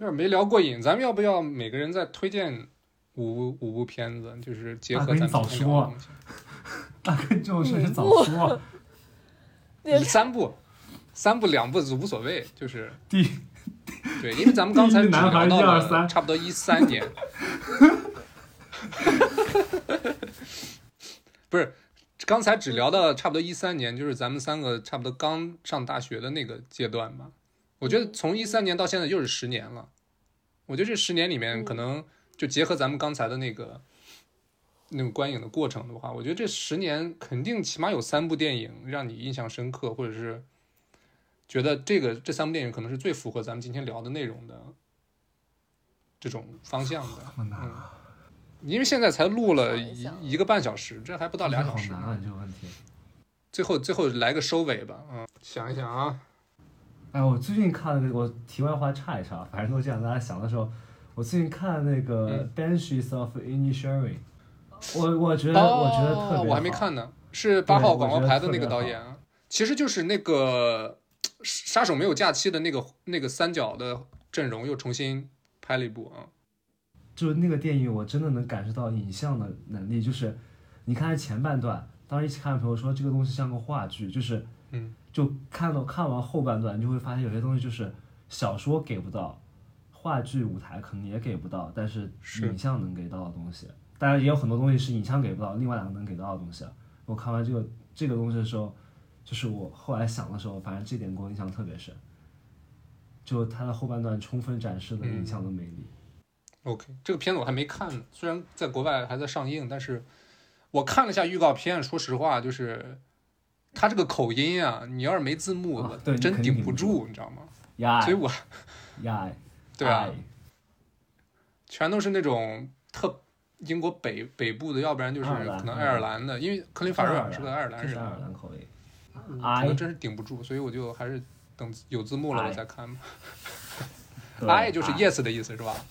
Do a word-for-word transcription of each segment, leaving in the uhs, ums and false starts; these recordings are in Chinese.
有点没聊过瘾，咱们要不要每个人再推荐五五部片子，就是结合咱们早说，大哥这种事是早说， 三部，三部两部无所谓，就是第对，因为咱们刚才只聊到了差不多一三年，不是，刚才只聊到差不多一三年，就是咱们三个差不多刚上大学的那个阶段吧。我觉得从一三年到现在又是十年了，我觉得这十年里面可能就结合咱们刚才的那个那个观影的过程的话，我觉得这十年肯定起码有三部电影让你印象深刻，或者是觉得这个这三部电影可能是最符合咱们今天聊的内容的这种方向的。嗯，因为现在才录了一一个半小时，这还不到俩小时。 好难啊，这个问题。 最后最后来个收尾吧，嗯，想一想啊。 哎，我最近看了个，我题外话插一插，反正都这样，大家想的时候，我最近看那个《Banshees of Inisherin》，我我觉得、 哦、 我觉得特别好。 我还没看呢，是八号广告牌的那个导演啊，其实就是那个杀手没有假期的那个那个三角的阵容又重新拍了一部啊。 就是那个电影，我真的能感受到影像的能力，就是你看前半段，当时一起看的朋友说这个东西像个话剧，就是嗯。 就看到看完后半段，你就会发现有些东西就是小说给不到，话剧舞台可能也给不到，但是影像能给到的东西，当然也有很多东西是影像给不到，另外两个能给到的东西。我看完这个这个东西的时候，就是我后来想的时候，反正这点给我印象特别深，就它的后半段充分展示了影像的魅力。 嗯、OK， 这个片子我还没看呢，虽然在国外还在上映，但是我看了一下预告片，说实话就是。他这个口音啊，你要是没字幕， 啊、 真顶不住，你知道吗？ 呀， 所以我， 呀， 对啊，全都是那种特英国北北部的，要不然就是可能爱尔兰的，因为克林法瑞尔是个爱尔兰人， 爱尔兰口音， 可能真是顶不住，所以我就还是等有字幕了我再看吧。I 就是 yes 的意思是吧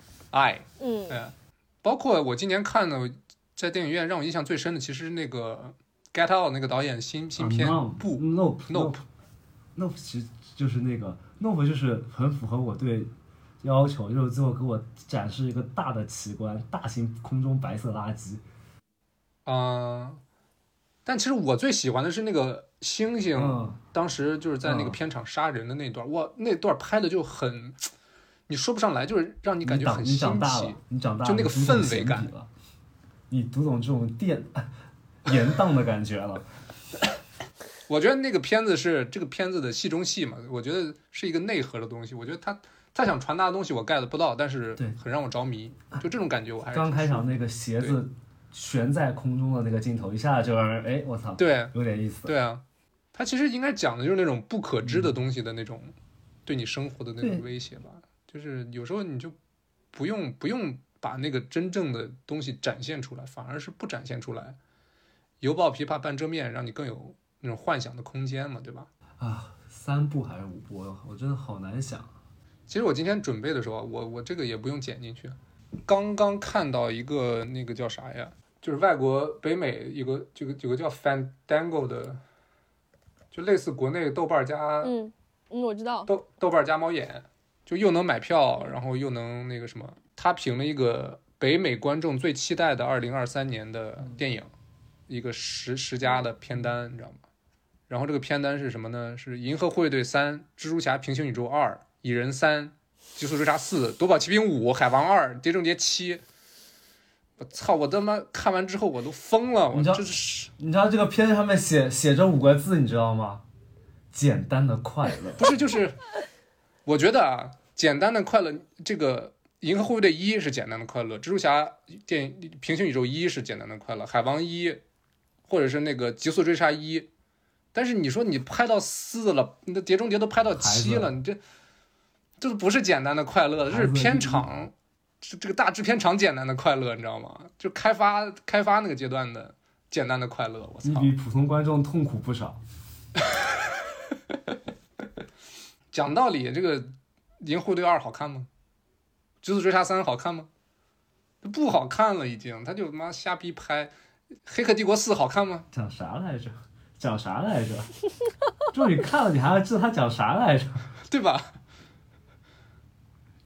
？I， 嗯， 对，包括我今年看的，在电影院让我印象最深的，其实那个。Get Out 那个导演新新片不 Nope Nope Nope 其实就是那个 Nope 就是很符合我对要求，就是最后给我展示一个大的奇观，大型空中白色垃圾。 嗯、呃，但其实我最喜欢的是那个猩猩、嗯，当时就是在那个片场杀人的那段，哇、嗯，那段拍的就很，你说不上来，就是让你感觉很新奇。 你长大了，你长大了， 就那个氛围感了，你读懂这种电。延宕的感觉了。 我觉得那个片子是这个片子的戏中戏嘛，我觉得是一个内核的东西。我觉得他他想传达的东西我 get 不到，但是很让我着迷。就这种感觉我还是刚开场那个鞋子悬在空中的那个镜头，一下就让人哎我操， 对， 有点意思。 对啊，他其实应该讲的就是那种不可知的东西的那种、嗯、对你生活的那种威胁吧。就是有时候你就不用不用把那个真正的东西展现出来，反而是不展现出来。犹抱琵琶半遮面，让你更有那种幻想的空间嘛，对吧？ 啊，三部还是五部？我真的好难想。 其实我今天准备的时候，我我这个也不用剪进去。刚刚看到一个那个叫啥呀？就是外国北美一个这个有个叫 Fandango 的，就类似国内豆瓣加嗯嗯，我知道豆豆瓣加猫眼，就又能买票，然后又能那个什么。他评了一个北美观众最期待的二零二三年的电影。一个十十佳的片单，你知道吗？然后这个片单是什么呢？是《银河护卫队三》、《蜘蛛侠：平行宇宙二》、《蚁人三》、《极速追杀四》、《夺宝奇兵五》、《海王二》、《碟中谍七》。我操！我他妈看完之后我都疯了！我这是你知道这个片上面写写着五个字，你知道吗？简单的快乐。 不是，就是我觉得啊，简单的快乐，这个。银河护卫队一是简单的快乐，蜘蛛侠电影平行宇宙一是简单的快乐，海王一或者是那个极速追杀一，但是你说你拍到四了，你的碟中谍都拍到七了，你这这不是简单的快乐，这是片场，这这个大制片厂简单的快乐，你知道吗？就开发开发那个阶段的简单的快乐，我操！ 你比普通观众痛苦不少。 讲道理，这个银河护卫队二好看吗？极速追杀三好看吗？不好看了，已经，他就他妈瞎逼拍。黑客帝国四好看吗？ 讲啥来着？讲啥来着？就你看了，你还要知道他讲啥来着， 对吧？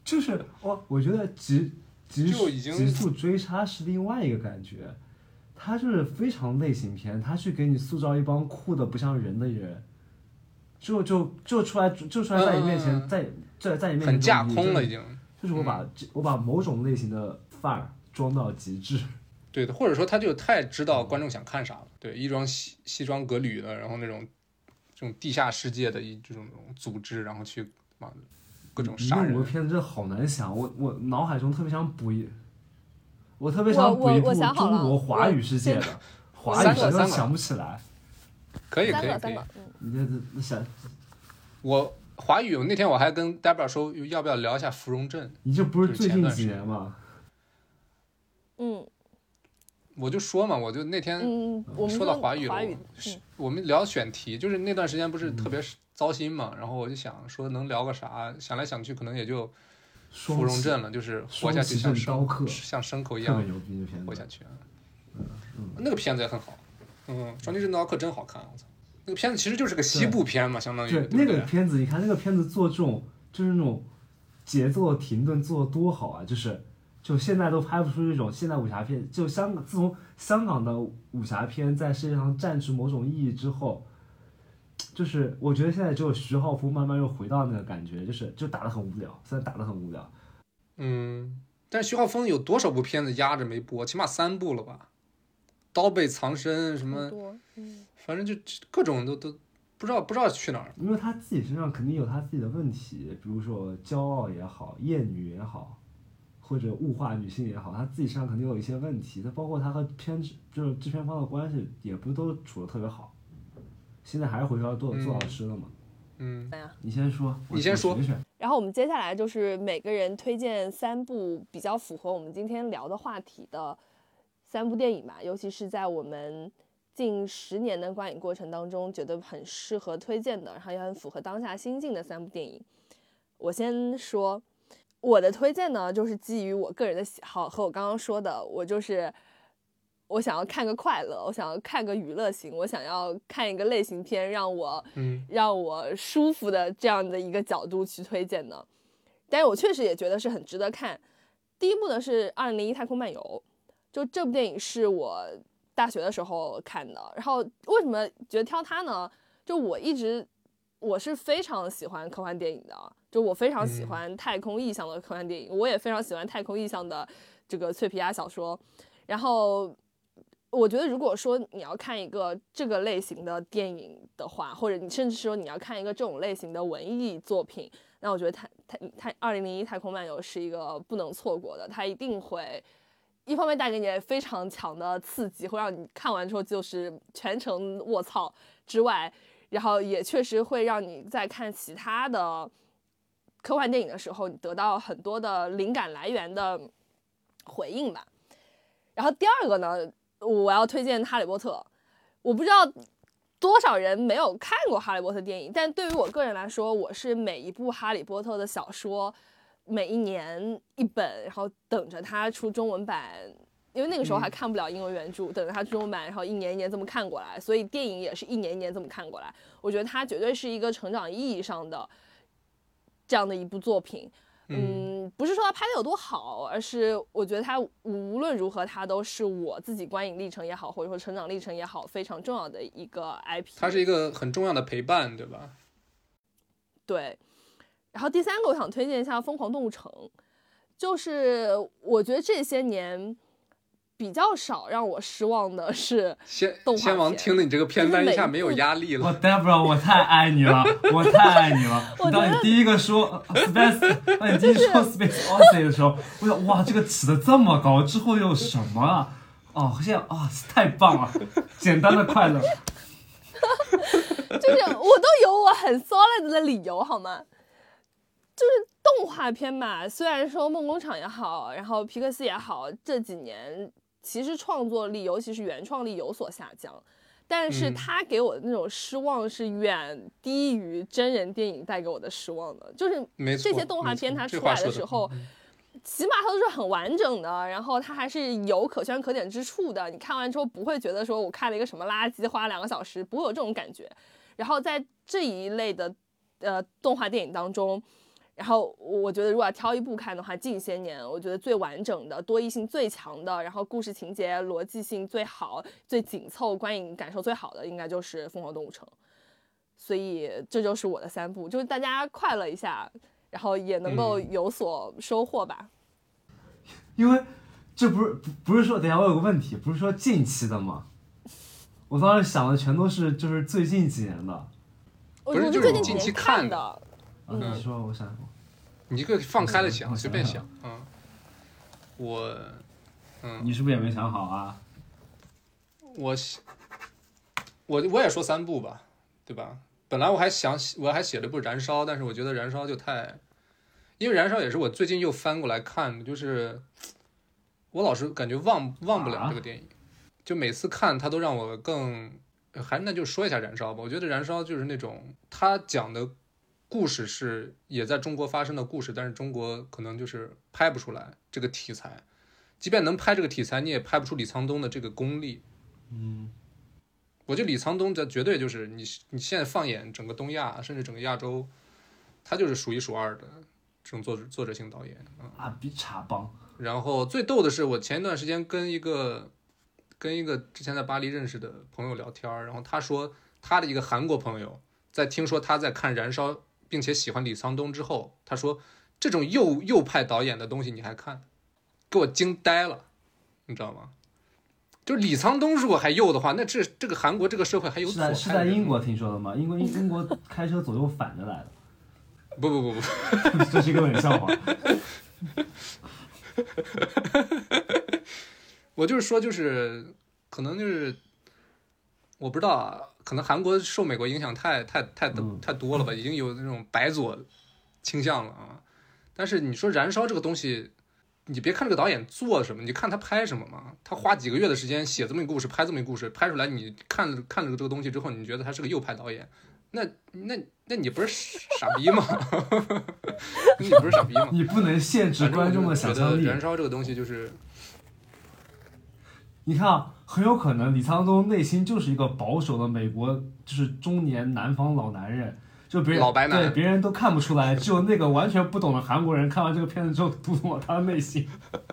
就是我我觉得极极就已经极速追杀是另外一个感觉，他就是非常类型片，他去给你塑造一帮酷的不像人的人，就就就出来就出来在你面前， 嗯、 在在在你面前很架空了已经。 就是我把、嗯、我把某种类型的范儿装到极致。 对的，或者说他就太知道观众想看啥了。对，一装西西装革履的，然后那种这种地下世界的一这种组织，然后去嘛各种杀人。 五个片子真的好难想，我我脑海中特别想补一，我特别想补一部中国华语世界的，华语世界想不起来。 可以可以可以。 你这这想， 我华语那天我还跟 Debra 说，要不要聊一下《芙蓉镇》？ 你这不是最近几年吗？ 嗯。 我就说嘛，我就那天说到华语了， 嗯、 我们聊选题，就是那段时间不是特别糟心嘛， 嗯、 然后我就想说能聊个啥，想来想去可能也就芙蓉镇了，就是活下去像牲像牲口一样活下去。 嗯嗯、 那个片子也很好，嗯，双旗镇刀客真好看，我操，那个片子其实就是个西部片嘛，相当于对那个片子，你看那个片子做这种就是那种节奏停顿做得多好啊，就是。就现在都拍不出这种现代武侠片，就香港自从香港的武侠片在世界上占据某种意义之后，就是我觉得现在只有徐浩峰慢慢又回到那个感觉，就是就打得很无聊，虽然打得很无聊。 嗯，但是徐浩峰有多少部片子压着没播？起码三部了吧？刀背藏身什么， 嗯、 反正就各种都都不知道不知道去哪儿。 因为他自己身上肯定有他自己的问题，比如说骄傲也好，厌女也好。或者物化女性也好，他自己身上肯定有一些问题，他包括他和片制就是制片方的关系也不都处得特别好。现在还是回学校做做老师了嘛？ 嗯， 嗯你先说， 你先说。 然后我们接下来就是每个人推荐三部比较符合我们今天聊的话题的三部电影吧，尤其是在我们近十年的观影过程当中，觉得很适合推荐的，然后也很符合当下心境的三部电影。我先说。我的推荐呢，就是基于我个人的喜好和我刚刚说的，我就是我想要看个快乐，我想要看个娱乐型，我想要看一个类型片，让我、 嗯、 让我舒服的这样的一个角度去推荐的。但是我确实也觉得是很值得看。第一部呢是《二零零一太空漫游》，就这部电影是我大学的时候看的。然后为什么觉得挑它呢？就我一直我是非常喜欢科幻电影的。就我非常喜欢太空意象的科幻电影、嗯、我也非常喜欢太空意象的这个脆皮鸭小说。然后我觉得如果说你要看一个这个类型的电影的话，或者你甚至说你要看一个这种类型的文艺作品，那我觉得太太太二零零一太空漫游是一个不能错过的。它一定会一方面带给你非常强的刺激，会让你看完之后就是全程卧槽之外，然后也确实会让你在看其他的科幻电影的时候，你得到很多的灵感来源的回应吧。然后第二个呢，我要推荐《哈利波特》。我不知道多少人没有看过《哈利波特》电影，但对于我个人来说，我是每一部《哈利波特》的小说，每一年一本，然后等着它出中文版，因为那个时候还看不了英文原著，嗯、等着它出中文版，然后一年一年这么看过来，所以电影也是一年一年这么看过来。我觉得它绝对是一个成长意义上的这样的一部作品。嗯，不是说它拍的有多好，而是我觉得它无论如何，它都是我自己观影历程也好，或者说成长历程也好，非常重要的一个 I P。 它是一个很重要的陪伴，对吧？ 对。然后第三个，我想推荐一下《疯狂动物城》，就是我觉得这些年比较少让我失望的是动画片。 先王听了你这个片单一下没有压力了。 我 Debra 我太爱你了，我太爱你了。当你第一个说 Space， 当你第一说 Space Odyssey 的时候，我想哇，这个起得这么高，之后又有什么啊？哦，现在啊、哦，太棒了，简单的快乐。 就是我都有我很 solid 的理由好吗？就是动画片吧，虽然说梦工厂也好，然后皮克斯也好，这几年其实创作力，尤其是原创力有所下降，但是他给我的那种失望是远低于真人电影带给我的失望的。就是这些动画片它出来的时候，起码它都是很完整的，然后它还是有可圈可点之处的。你看完之后不会觉得说我看了一个什么垃圾，花了两个小时，不会有这种感觉。然后在这一类的呃动画电影当中， 然后我觉得如果要挑一部看的话，近些年我觉得最完整的、多义性最强的，然后故事情节逻辑性最好、最紧凑、观影感受最好的，应该就是《疯狂动物城》。所以这就是我的三部，就是大家快乐一下，然后也能够有所收获吧。 嗯、因为这不是不是说，等一下我有个问题，不是说近期的吗？我当时想的全都是就是最近几年的。 我是最近几年看的。 嗯，你说，我想， 你这个放开了想，随便想，嗯，我，嗯， 你是不是也没想好啊？ 我，我我也说三部吧，对吧？本来我还想，我还写了部《燃烧》，但是我觉得《燃烧》就太，因为《燃烧》也是我最近又翻过来看的，就是我老是感觉忘忘不了这个电影，啊、就每次看它都让我更，还那就说一下《燃烧》吧。我觉得《燃烧》就是那种他讲的。故事是也在中国发生的故事，但是中国可能就是拍不出来这个题材，即便能拍这个题材，你也拍不出李沧东的这个功力。 嗯， 我觉得李沧东这绝对就是你你现在放眼整个东亚，甚至整个亚洲，他就是数一数二的这种作者作者性导演啊，比查邦。 然后最逗的是，我前一段时间跟一个跟一个之前在巴黎认识的朋友聊天，然后他说他的一个韩国朋友在听说他在看《燃烧》。并且喜欢李沧东之后，他说这种右右派导演的东西你还看，给我惊呆了，你知道吗？就是李沧东如果还右的话，那这这个韩国这个社会还有左派的人是在是在英国听说的吗？英国英国开车左右反着来的。 不不不不， 这是一个冷笑话。 我就是说，就是可能就是我不知道啊。可能韩国受美国影响太太太太多了吧，已经有那种白左倾向了啊。但是你说燃烧这个东西，你别看这个导演做什么，你看他拍什么嘛。他花几个月的时间写这么一个故事，拍这么一个故事，拍出来，你看了看了这个东西之后，你觉得他是个右派导演，那那那你不是傻逼吗？你不是傻逼吗？ 你不能限制观众的想象力。 燃烧这个东西就是。 你看啊，很有可能李沧东内心就是一个保守的美国，就是中年南方老男人，就别人老白男， 对别人都看不出来，只有那个完全不懂的韩国人看完这个片子之后读懂了他的内心。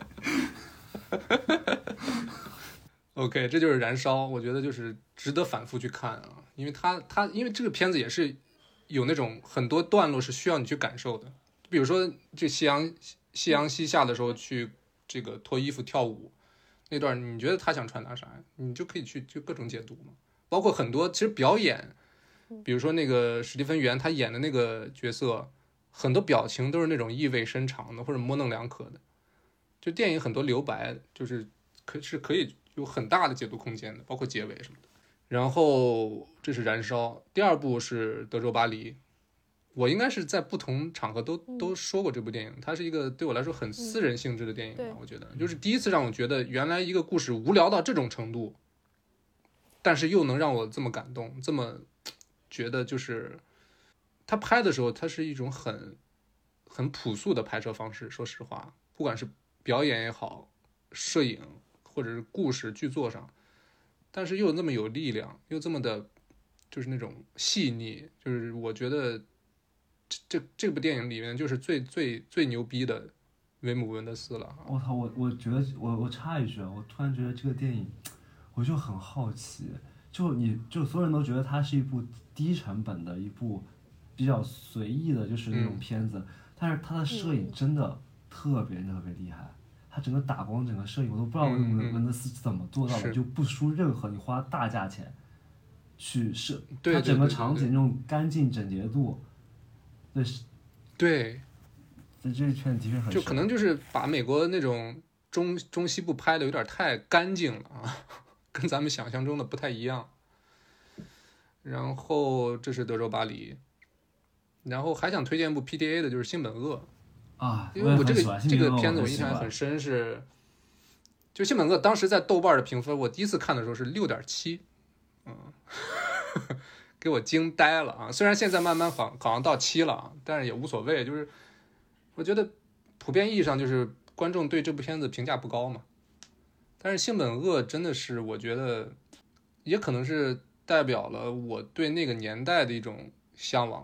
OK， 这就是燃烧，我觉得就是值得反复去看啊，因为他他因为这个片子也是有那种很多段落是需要你去感受的，比如说这夕阳夕阳西下的时候去这个脱衣服跳舞。那段你觉得他想传达啥？你就可以去就各种解读嘛，包括很多其实表演，比如说那个史蒂芬·源他演的那个角色，很多表情都是那种意味深长的或者模棱两可的，就电影很多留白就是可是可以有很大的解读空间的，包括结尾什么的。然后这是燃烧，第二部是德州巴黎。我应该是在不同场合都都说过这部电影，它是一个对我来说很私人性质的电影吧、嗯、我觉得就是第一次让我觉得原来一个故事无聊到这种程度，但是又能让我这么感动，这么觉得就是他拍的时候，它是一种很很朴素的拍摄方式，说实话，不管是表演也好，摄影或者是故事剧作上，但是又那么有力量，又这么的就是那种细腻，就是我觉得这这部电影里面就是最最最牛逼的维姆文德斯了。 我操，我我觉得我我插一句啊，我突然觉得这个电影，我就很好奇，就你就所有人都觉得它是一部低成本的一部比较随意的，就是那种片子，嗯、但是它的摄影真的特别特别厉害，它整个打光整个摄影我都不知道维姆文德斯怎么做到的，嗯、就不输任何你花大价钱去摄，它整个场景那种干净整洁度。对， 对， 这这片的确很就可能就是把美国那种中中西部拍的有点太干净了啊，跟咱们想象中的不太一样。然后这是德州巴黎，然后还想推荐一部 P D A 的，就是新本恶啊， 因为我这个这个片子我印象很深是，就新本恶当时在豆瓣的评分，我第一次看的时候是六点七，嗯。给我惊呆了啊！虽然现在慢慢好好像到七了，但是也无所谓。就是我觉得普遍意义上就是观众对这部片子评价不高嘛。但是性本恶真的是我觉得也可能是代表了我对那个年代的一种向往吧。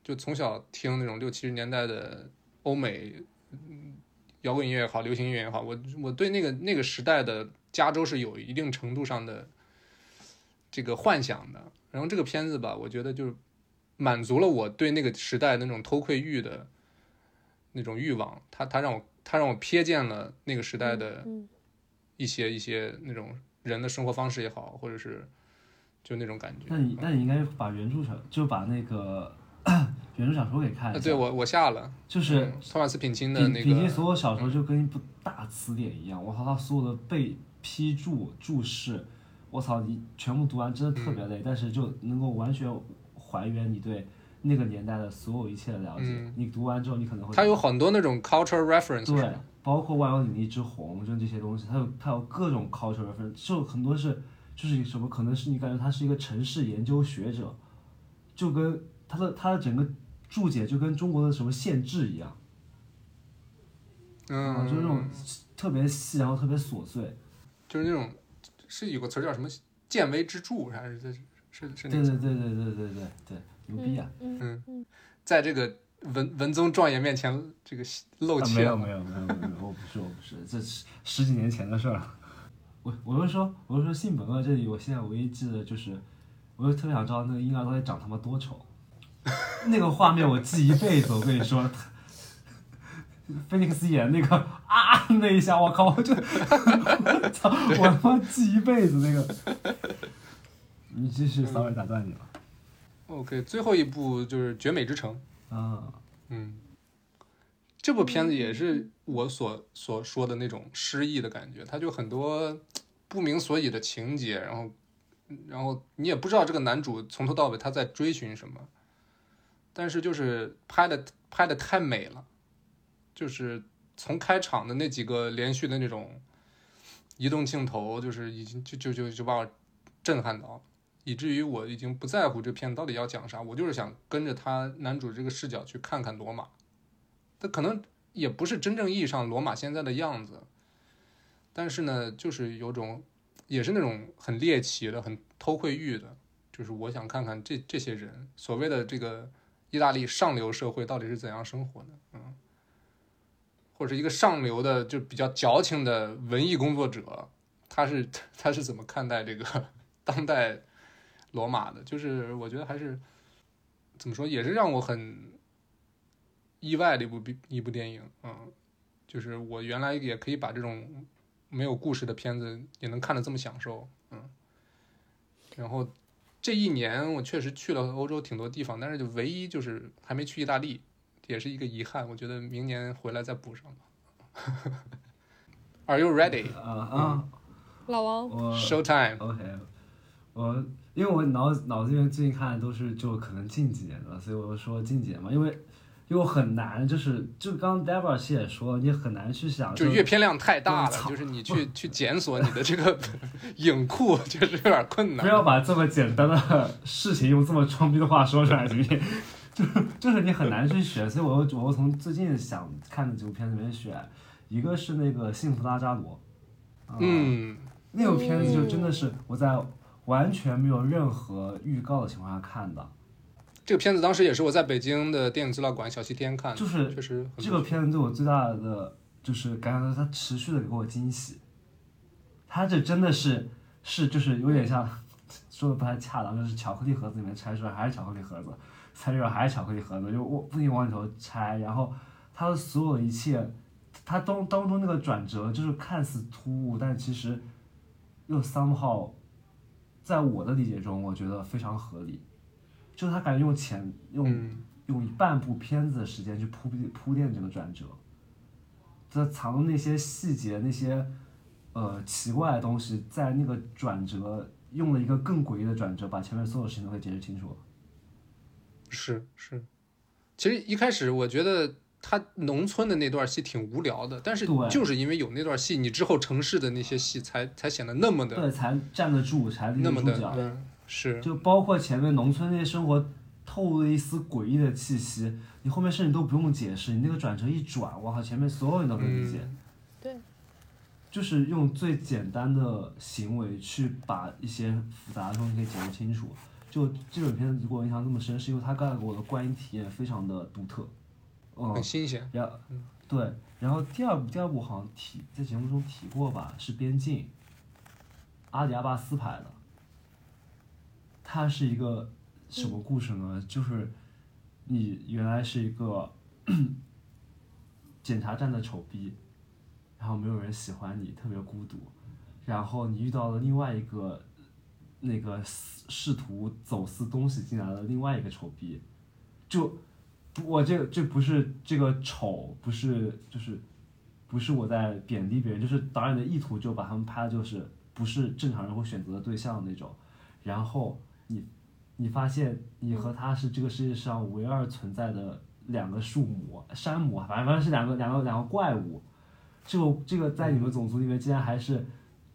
就从小听那种六七十年代的欧美，嗯，摇滚音乐也好，流行音乐也好，我我对那个那个时代的加州是有一定程度上的这个幻想的。然后这个片子吧，我觉得就是满足了我对那个时代那种偷窥欲的那种欲望，它它让我它让我瞥见了那个时代的一些、嗯、一些那种人的生活方式也好，或者是就那种感觉。 那你那你应该把原著小就把那个原著小说给看一下。 对，我我下了， 就是托马斯品钦的那个品钦所有小说就跟一部大词典一样，我操，他所有的背批注注释，我操，你全部读完真的特别累，嗯、但是就能够完全还原你对那个年代的所有一切的了解。嗯、你读完之后，你可能会它有很多那种 cultural reference， 对，包括万有引力之虹，就这些东西，它有它有各种 cultural reference， 就很多是就是什么，可能是你感觉他是一个城市研究学者，就跟他的他的整个注解就跟中国的什么县志一样， 嗯， 就是那种特别细，然后特别琐碎， 就是那种是有个词叫什么见微知著，还是是是是那个？对对对对对对对对，牛逼啊！ 嗯嗯，在这个文文宗状元面前，这个露怯、 啊。没有没有没有没有，我不是我不是，这是十几年前的事儿了。我我就说我就说性本恶这里，我现在唯一记得就是，我就特别想知道那个婴儿到底长他妈多丑，那个画面我记一辈子。我跟你说，菲尼克斯演那个啊那一下，我靠，我就我操，我他妈记一辈子那个。你继续，稍微打断你了。 OK， 最后一部就是《绝美之城》 啊， 嗯，这部片子也是我所所说的那种诗意的感觉，它就很多不明所以的情节，然后，然后你也不知道这个男主从头到尾他在追寻什么，但是就是拍的拍的太美了，就是从开场的那几个连续的那种移动镜头，就是已经就就就就把我震撼到了。以至于我已经不在乎这片到底要讲啥，我就是想跟着他男主这个视角去看看罗马。他可能也不是真正意义上罗马现在的样子，但是呢，就是有种，也是那种很猎奇的、很偷窥欲的，就是我想看看这这些人所谓的这个意大利上流社会到底是怎样生活的，嗯，或者一个上流的就比较矫情的文艺工作者，他是他是怎么看待这个当代罗马的，就是我觉得还是怎么说，也是让我很意外的一部一部电影，嗯，就是我原来也可以把这种没有故事的片子也能看得这么享受，嗯，然后这一年我确实去了欧洲挺多地方，但是就唯一就是还没去意大利，也是一个遗憾，我觉得明年回来再补上吧。Are you ready？ 啊啊， 老王 ，Show time。 OK， 我因为我脑脑子里面最近看的都是就可能近几年的，所以我就说近几年嘛，因为因为我很难，就是就刚刚 Deborah 其实也说，你很难去想， 就阅片量太大了，就是你去去检索你的这个影库，就是有点困难。 不要把这么简单的事情用这么装逼的话说出来，行不行？就是就是你很难去选，所以我又我又从最近想看的几部片子里面选，一个是那个《幸福拉扎罗》，呃、 嗯， 那部片子就真的是我在完全没有任何预告的情况下看的。 这个片子当时也是我在北京的电影资料馆小西天看的， 就是确实这个片子对我最大的就是感觉它持续的给我惊喜，它这真的是是就是有点像说的不太恰当，就是巧克力盒子里面拆出来还是巧克力盒子，拆出来还是巧克力盒子，就我不停往里头拆，然后它的所有一切，它当当中那个转折就是看似突兀，但其实又 somehow 在我的理解中，我觉得非常合理。就是他感觉用前用、嗯、用半部片子的时间去铺铺垫这个转折，他藏的那些细节、那些呃奇怪的东西，在那个转折用了一个更诡异的转折，把前面所有事情都给解释清楚了。 是是，其实一开始我觉得他农村的那段戏挺无聊的，但是就是因为有那段戏，你之后城市的那些戏才才显得那么的对，才站得住，才立得住脚。 嗯，是， 就包括前面农村那些生活透露了一丝诡异的气息，你后面甚至都不用解释，你那个转折一转，我靠，前面所有人都能理解。 嗯、对， 就是用最简单的行为去把一些复杂的东西给解释清楚， 就这种片子给我印象这么深，是因为它带给我的观影体验非常的独特，嗯， 很新鲜。 然后对，然后第二部第二部好像提在节目中提过吧，是《边境》，阿迪阿巴斯拍的。它是一个什么故事呢？就是你原来是一个检查站的丑逼，然后没有人喜欢你，特别孤独，然后你遇到了另外一个那个试图走私东西进来的另外一个丑逼，就我这这不是这个丑，不是就是不是我在贬低别人，就是导演的意图就把他们拍的就是不是正常人会选择的对象那种，然后你你发现你和他是这个世界上唯二存在的两个树母山姆，反正是两个两个两个怪物，这个这个在你们种族里面竟然还是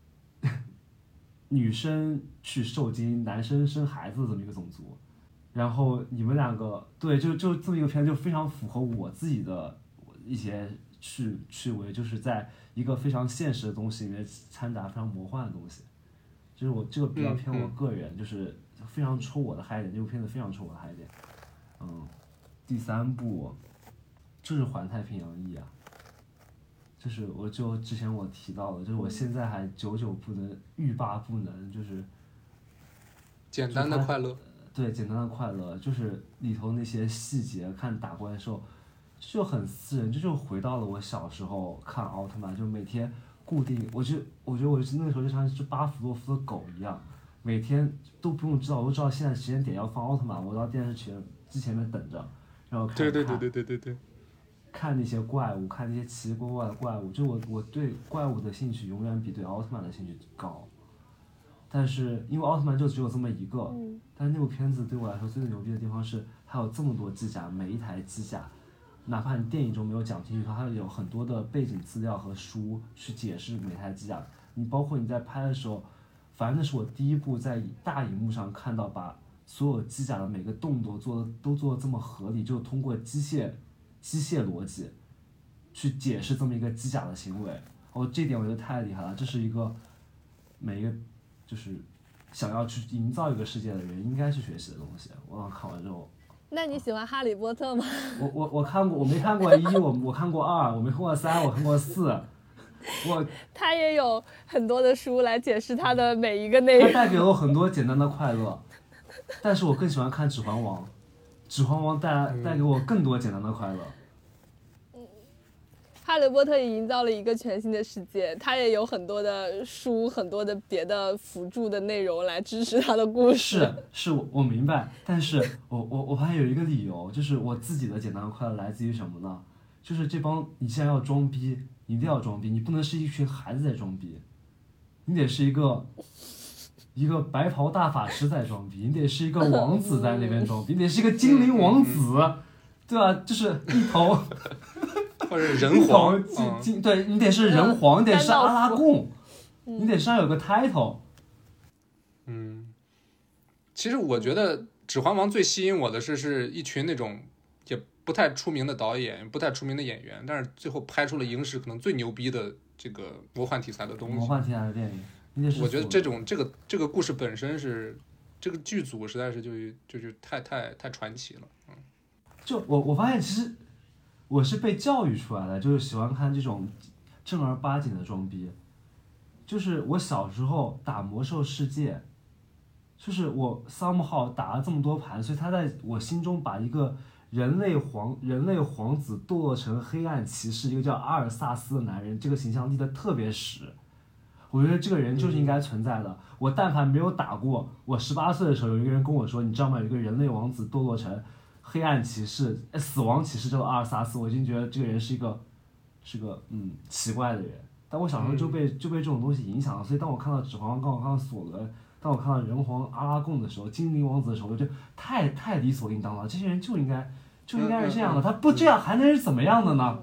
女生去受精，男生生孩子的这么一个种族，然后你们两个对就就这么一个片就非常符合我自己的一些趣趣味，就是在一个非常现实的东西里面掺杂非常魔幻的东西，就是我这个比较偏我个人，嗯、就是非常抽我的嗨点，这部片子非常抽我的嗨点。嗯，第三部就是《环太平洋一》啊。就是我就之前我提到的，就是我现在还久久不能欲罢不能，就是简单的快乐， 对，简单的快乐，就是里头那些细节，看打怪兽就很私人，这就回到了我小时候看奥特曼，就每天固定，我就我觉得我那个时候就像只巴甫洛夫的狗一样，每天都不用知道，我都知道现在时间点要放奥特曼，我到电视前机前面等着，然后开始看。对对对对对对对。看那些怪物，看那些奇奇怪怪的怪物，就我我对怪物的兴趣永远比对奥特曼的兴趣高。但是因为奥特曼就只有这么一个，嗯、但是那部片子对我来说最牛逼的地方是，它有这么多机甲，每一台机甲，哪怕你电影中没有讲清楚，它有很多的背景资料和书去解释每台机甲。你包括你在拍的时候，反正那是我第一部在大荧幕上看到把所有机甲的每个动作做的都做的这么合理，就通过机械。机械逻辑去解释这么一个机甲的行为，哦，这点我觉得太厉害了。这是一个每一个就是想要去营造一个世界的人应该去学习的东西。我看完之后， 那你喜欢哈利波特吗？ 我我我看过，我没看过一，我我看过二，我没看过三，我看过四。我他也有很多的书来解释他的每一个内容。 他带给我很多简单的快乐，但是我更喜欢看《指环王》。指环王带来带给我更多简单的快乐。 嗯，哈利波特也营造了一个全新的世界，他也有很多的书，很多的别的辅助的内容来支持他的故事。 是是，我我明白，但是我我我发现有一个理由，就是我自己的简单的快乐来自于什么呢？就是这帮你既然要装逼，你一定要装逼，你不能是一群孩子在装逼，你得是一个。一个白袍大法师在装逼，你得是一个王子在那边装逼，你得是一个精灵王子，对吧？就是一头， 或者人皇， 嗯、对你得是人皇，你得是阿拉贡，你得身上有个 title。 嗯，其实我觉得《指环王》最吸引我的是，是一群那种也不太出名的导演，不太出名的演员，但是最后拍出了影史可能最牛逼的这个魔幻题材的东西。 魔幻题材的电影。 我觉得这种这个这个故事本身是，这个剧组实在是就就就太太太传奇了，嗯。 就我我发现其实我是被教育出来的，就是喜欢看这种正儿八经的装逼。就是我小时候打魔兽世界，就是我 somehow 打了这么多盘，所以他在我心中把一个人类皇人类皇子堕落成黑暗骑士，一个叫阿尔萨斯的男人，这个形象立得特别实。我觉得这个人就是应该存在的。我但凡没有打过，我十八岁的时候有一个人跟我说，你知道吗？有一个人类王子堕落成黑暗骑士、死亡骑士，叫阿尔萨斯。我已经觉得这个人是一个，是个嗯奇怪的人。但我小时候就被就被这种东西影响了，所以当我看到指环王，当我看到索伦，当我看到人皇阿拉贡的时候，精灵王子的时候，我就太太理所应当了。这些人就应该就应该是这样的，他不这样还能是怎么样的呢？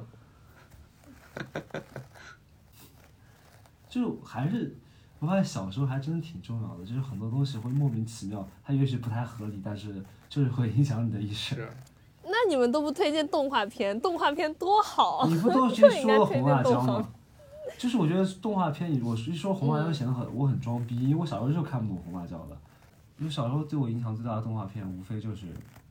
就还是我发现小时候还真的挺重要的，就是很多东西会莫名其妙，它也许不太合理，但是就是会影响你的一生。 那你们都不推荐动画片？动画片多好！ 你不都去说了红辣椒吗？就是我觉得动画片，我一说红辣椒显得很、嗯、我很装逼，因为我小时候就看不懂红辣椒的。 因为小时候对我影响最大的动画片，无非就是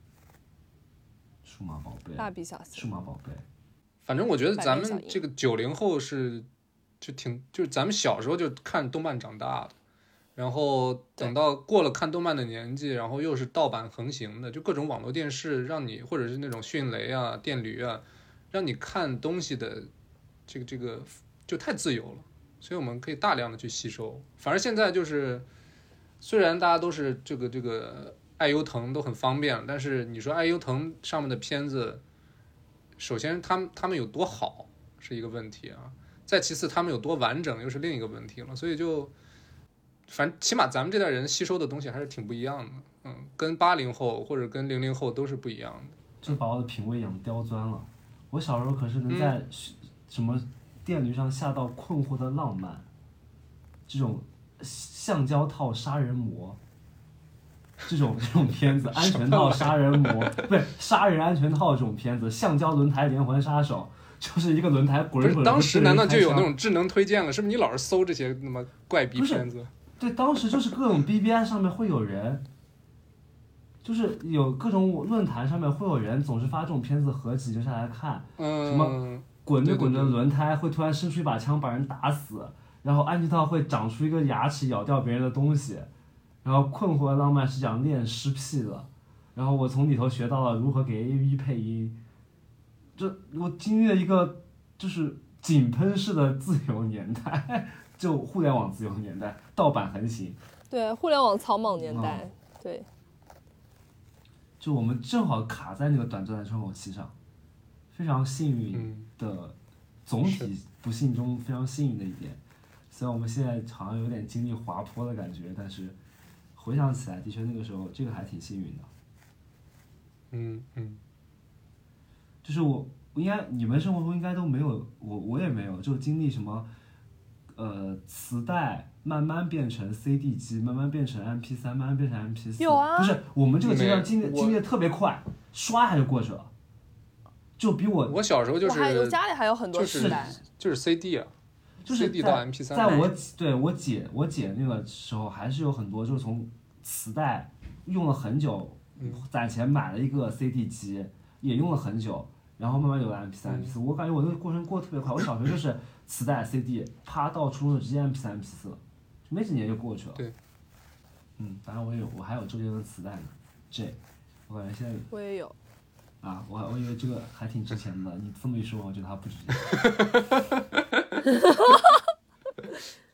数码宝贝、 蜡笔小新、 数码宝贝。 反正我觉得咱百变小樱们这个九零后是就挺就是咱们小时候就看动漫长大的，然后等到过了看动漫的年纪，然后又是盗版横行的，就各种网络电视让你或者是那种迅雷啊、电驴啊，让你看东西的这个这个就太自由了，所以我们可以大量的去吸收。反而现在就是虽然大家都是这个这个爱优腾都很方便，但是你说爱优腾上面的片子，首先他们他们有多好是一个问题啊，再其次他们有多完整又是另一个问题了，所以就反正起码咱们这代人吸收的东西还是挺不一样的，嗯，跟八零后或者跟零零后都是不一样的。 就把我的品味养刁钻了。我小时候可是能在什么电驴上下到困惑的浪漫，这种橡胶套杀人魔，这种这种片子，安全套杀人魔，不是杀人安全套这种片子，橡胶轮胎连环杀手，就是一个轮胎滚滚滚。 当时难道就有那种智能推荐了？是不是你老是搜这些那么怪逼片子？ 对，当时就是各种 B B I 上面会有人，就是有各种论坛上面会有人总是发这种片子合集就下来看， 嗯， 什么滚着滚着轮胎会突然伸出一把枪把人打死，然后安全套会长出一个牙齿咬掉别人的东西，然后困惑的浪漫是讲恋尸癖的，然后我从里头学到了如何给 A V 配音，这我经历了一个就是井喷式的自由年代。就互联网自由年代，盗版横行。 对，互联网草莽年代，哦、对。 就我们正好卡在那个短暂的窗口期上，非常幸运的， 嗯、 总体不幸中非常幸运的一点。虽然我们现在好像有点经历滑坡的感觉，但是回想起来，的确那个时候这个还挺幸运的。 嗯嗯。 就是我应该你们生活中应该都没有，我我也没有，就经历什么。呃，磁带慢慢变成 C D 机，慢慢变成 M P 三，慢慢变成 M P 四。 有啊， 不是我们这个阶段经历经历的特别快，刷还就过去了，就比我我小时候就是， 我还有家里还有很多磁带， 就是就是 C D 啊， 就是 C D 到 M P 三。 在我对我姐我姐那个时候还是有很多，就是从磁带用了很久，攒钱买了一个 C D 机，也用了很久，然后慢慢有了 M P 三、M P 四。我感觉我那个过程过得特别快，我小学就是。磁带 C D 啪到初中就直接 M P 三 M P 四了，没几年就过去了。 对， 嗯，反正我有，我还有周杰伦磁带呢 ，J， 我感觉现在我也有。 啊，我我以为这个还挺值钱的，你这么一说，我觉得它不值钱。